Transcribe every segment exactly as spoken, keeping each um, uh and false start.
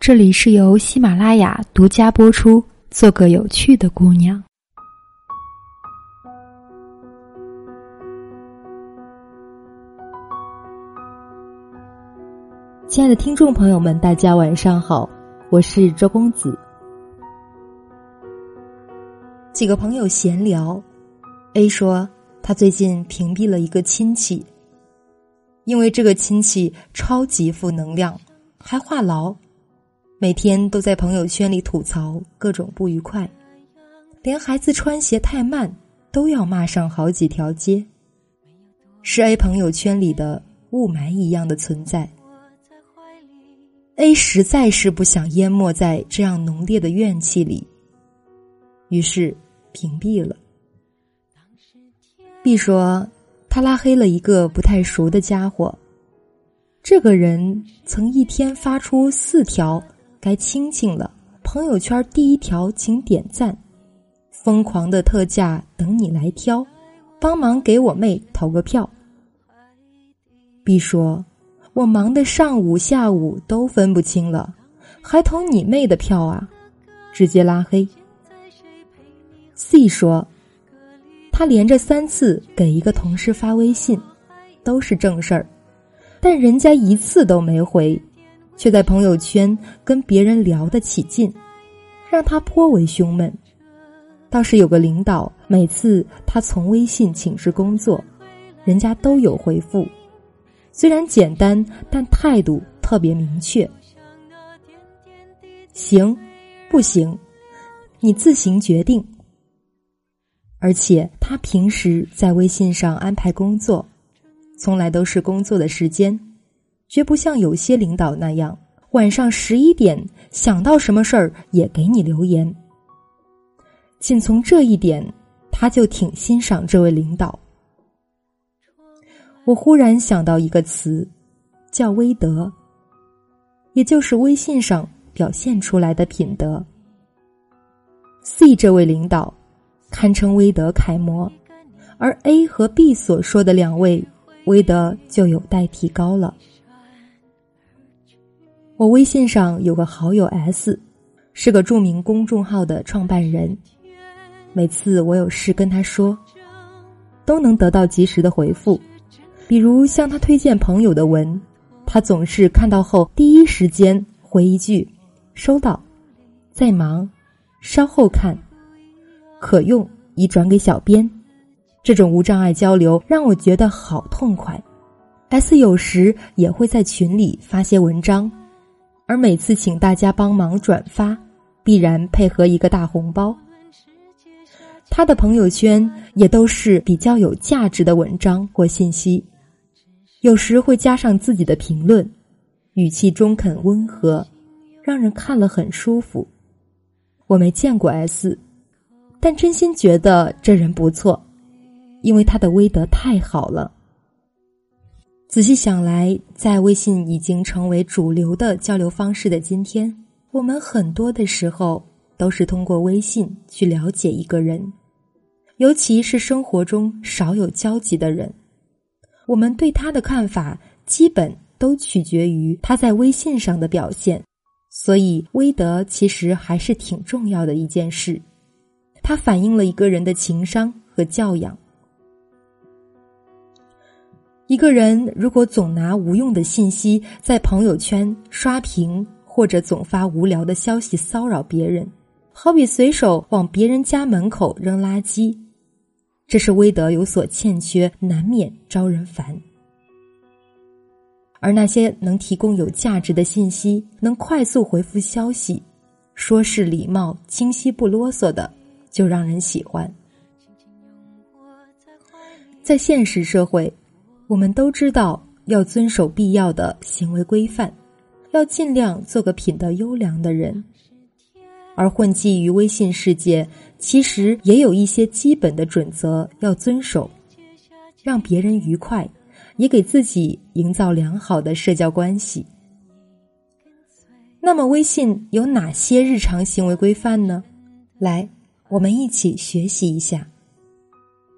这里是由喜马拉雅独家播出，做个有趣的姑娘。 亲爱的听众朋友们，大家晚上好，我是周公子。几个朋友闲聊， A 说他最近屏蔽了一个亲戚，因为这个亲戚超级负能量，还话痨，每天都在朋友圈里吐槽各种不愉快，连孩子穿鞋太慢都要骂上好几条街，是 A 朋友圈里的雾霾一样的存在。A 实在是不想淹没在这样浓烈的怨气里，于是屏蔽了。 B 说他拉黑了一个不太熟的家伙，这个人曾一天发出四条该亲亲了，朋友圈第一条请点赞，疯狂的特价等你来挑，帮忙给我妹投个票。 B 说我忙的上午下午都分不清了，还投你妹的票啊，直接拉黑。 C 说他连着三次给一个同事发微信，都是正事儿，但人家一次都没回，却在朋友圈跟别人聊得起劲，让他颇为胸闷。倒是有个领导，每次他从微信请示工作，人家都有回复，虽然简单，但态度特别明确。行，不行，你自行决定。而且他平时在微信上安排工作，从来都是工作的时间，绝不像有些领导那样，晚上十一点想到什么事儿也给你留言。仅从这一点，他就挺欣赏这位领导。我忽然想到一个词，叫微德，也就是微信上表现出来的品德。C 这位领导堪称微德楷模，而 A 和 B 所说的两位微德就有待提高了。我微信上有个好友 S， 是个著名公众号的创办人，每次我有事跟他说，都能得到及时的回复。比如向他推荐朋友的文，他总是看到后第一时间回一句收到，在忙，稍后看，可用，已转给小编。这种无障碍交流让我觉得好痛快。 S 有时也会在群里发些文章，而每次请大家帮忙转发，必然配合一个大红包。他的朋友圈也都是比较有价值的文章或信息，有时会加上自己的评论，语气中肯温和，让人看了很舒服。我没见过 S， 但真心觉得这人不错，因为他的微德太好了。仔细想来，在微信已经成为主流的交流方式的今天，我们很多的时候都是通过微信去了解一个人，尤其是生活中少有交集的人，我们对他的看法基本都取决于他在微信上的表现，所以微德其实还是挺重要的一件事，它反映了一个人的情商和教养。一个人如果总拿无用的信息在朋友圈刷屏，或者总发无聊的消息骚扰别人，好比随手往别人家门口扔垃圾，这是微德有所欠缺，难免招人烦。而那些能提供有价值的信息，能快速回复消息，说事礼貌，清晰不啰嗦的，就让人喜欢。在现实社会，我们都知道要遵守必要的行为规范，要尽量做个品德优良的人。而混迹于微信世界，其实也有一些基本的准则要遵守，让别人愉快，也给自己营造良好的社交关系。那么微信有哪些日常行为规范呢？来，我们一起学习一下。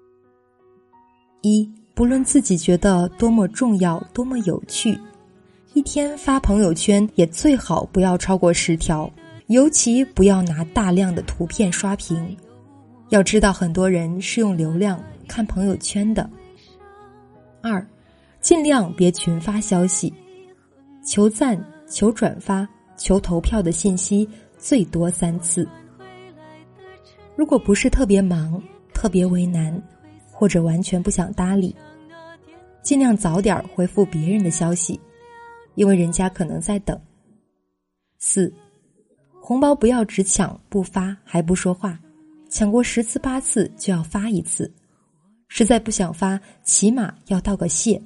一，不论自己觉得多么重要，多么有趣， 一天发朋友圈也最好不要超过十条，尤其不要拿大量的图片刷屏。要知道很多人是用流量看朋友圈的。二，尽量别群发消息，求赞、求转发、求投票的信息最多三次。如果不是特别忙、特别为难，或者完全不想搭理，尽量早点回复别人的消息，因为人家可能在等。四，红包不要只抢不发还不说话，抢过十次八次就要发一次，实在不想发，起码要道个谢。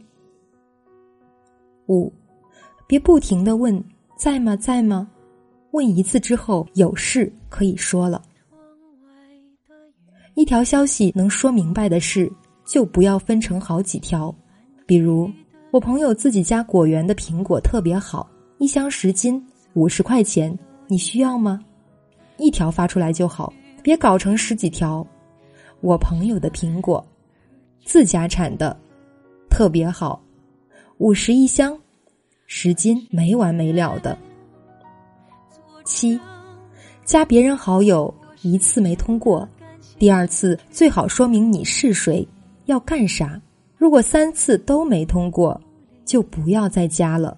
五，别不停地问在吗在吗，问一次之后有事可以说了。一条消息能说明白的事，就不要分成好几条。比如，我朋友自己家果园的苹果特别好，一箱十斤，五十块钱，你需要吗？一条发出来就好，别搞成十几条。我朋友的苹果，自家产的，特别好，五十一箱，十斤，没完没了的。七，加别人好友一次没通过，第二次最好说明你是谁，要干啥。如果三次都没通过，就不要再加了。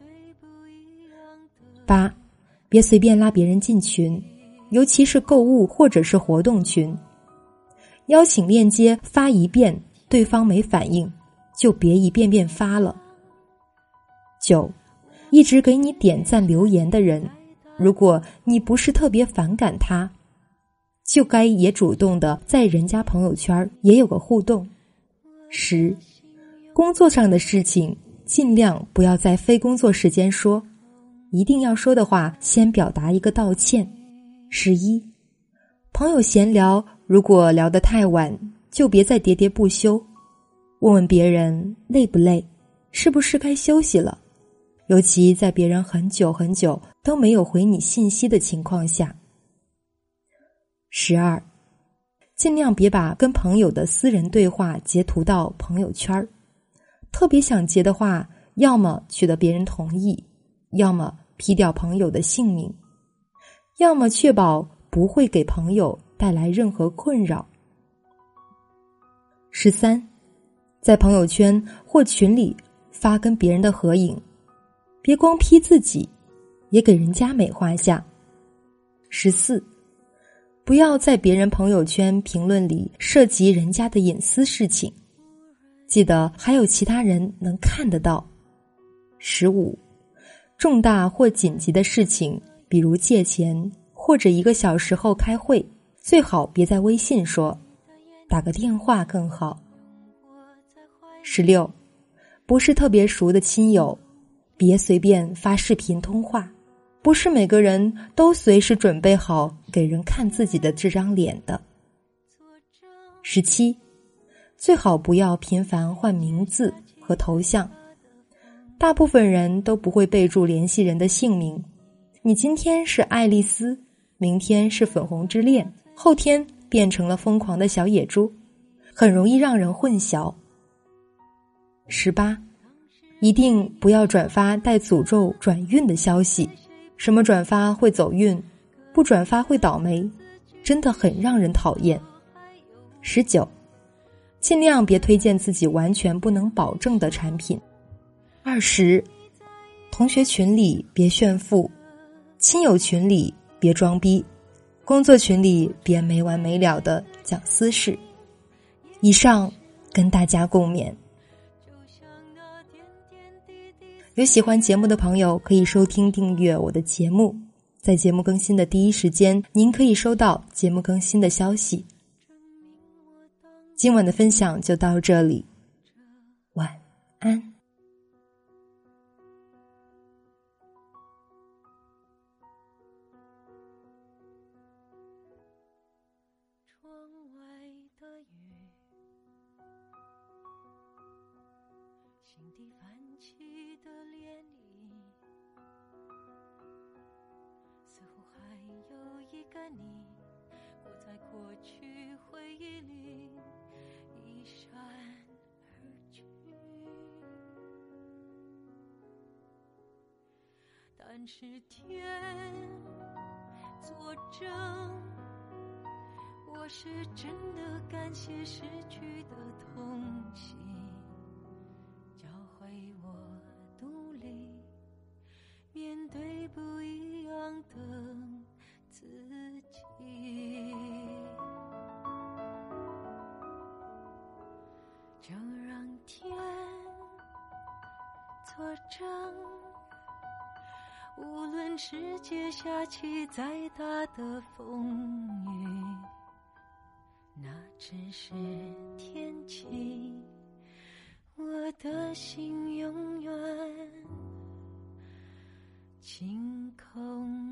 八，别随便拉别人进群，尤其是购物或者是活动群。邀请链接发一遍，对方没反应，就别一遍遍发了。九，一直给你点赞留言的人，如果你不是特别反感他，就该也主动的在人家朋友圈也有个互动。十，工作上的事情尽量不要在非工作时间说，一定要说的话先表达一个道歉。十一，朋友闲聊如果聊得太晚，就别再喋喋不休，问问别人累不累，是不是该休息了，尤其在别人很久很久都没有回你信息的情况下。十二，尽量别把跟朋友的私人对话截图到朋友圈，特别想截的话，要么取得别人同意，要么P掉朋友的姓名，要么确保不会给朋友带来任何困扰。十三，在朋友圈或群里发跟别人的合影，别光 P 自己，也给人家美化下。十四，不要在别人朋友圈评论里涉及人家的隐私事情，记得还有其他人能看得到。十五，重大或紧急的事情，比如借钱或者一个小时后开会，最好别在微信说，打个电话更好。十六，不是特别熟的亲友，别随便发视频通话，不是每个人都随时准备好给人看自己的这张脸的。十七，最好不要频繁换名字和头像，大部分人都不会备注联系人的姓名，你今天是爱丽丝，明天是粉红之恋，后天变成了疯狂的小野猪，很容易让人混淆。十八，一定不要转发带诅咒转运的消息，什么转发会走运，不转发会倒霉，真的很让人讨厌。十九，尽量别推荐自己完全不能保证的产品。二十，同学群里别炫富，亲友群里别装逼，工作群里别没完没了的讲私事。以上跟大家共勉。有喜欢节目的朋友可以收听订阅我的节目，在节目更新的第一时间，您可以收到节目更新的消息。今晚的分享就到这里，晚安。 窗外的雨，心底泛起的涟漪，似乎还有一个你，活在过去回忆里，一闪而去。 但是天作证，我是真的感谢失去的痛惜，教会我独立，面对不一样的自己。就让天作证，无论世界下起再大的风雨，那只是天气，我的心永远晴空。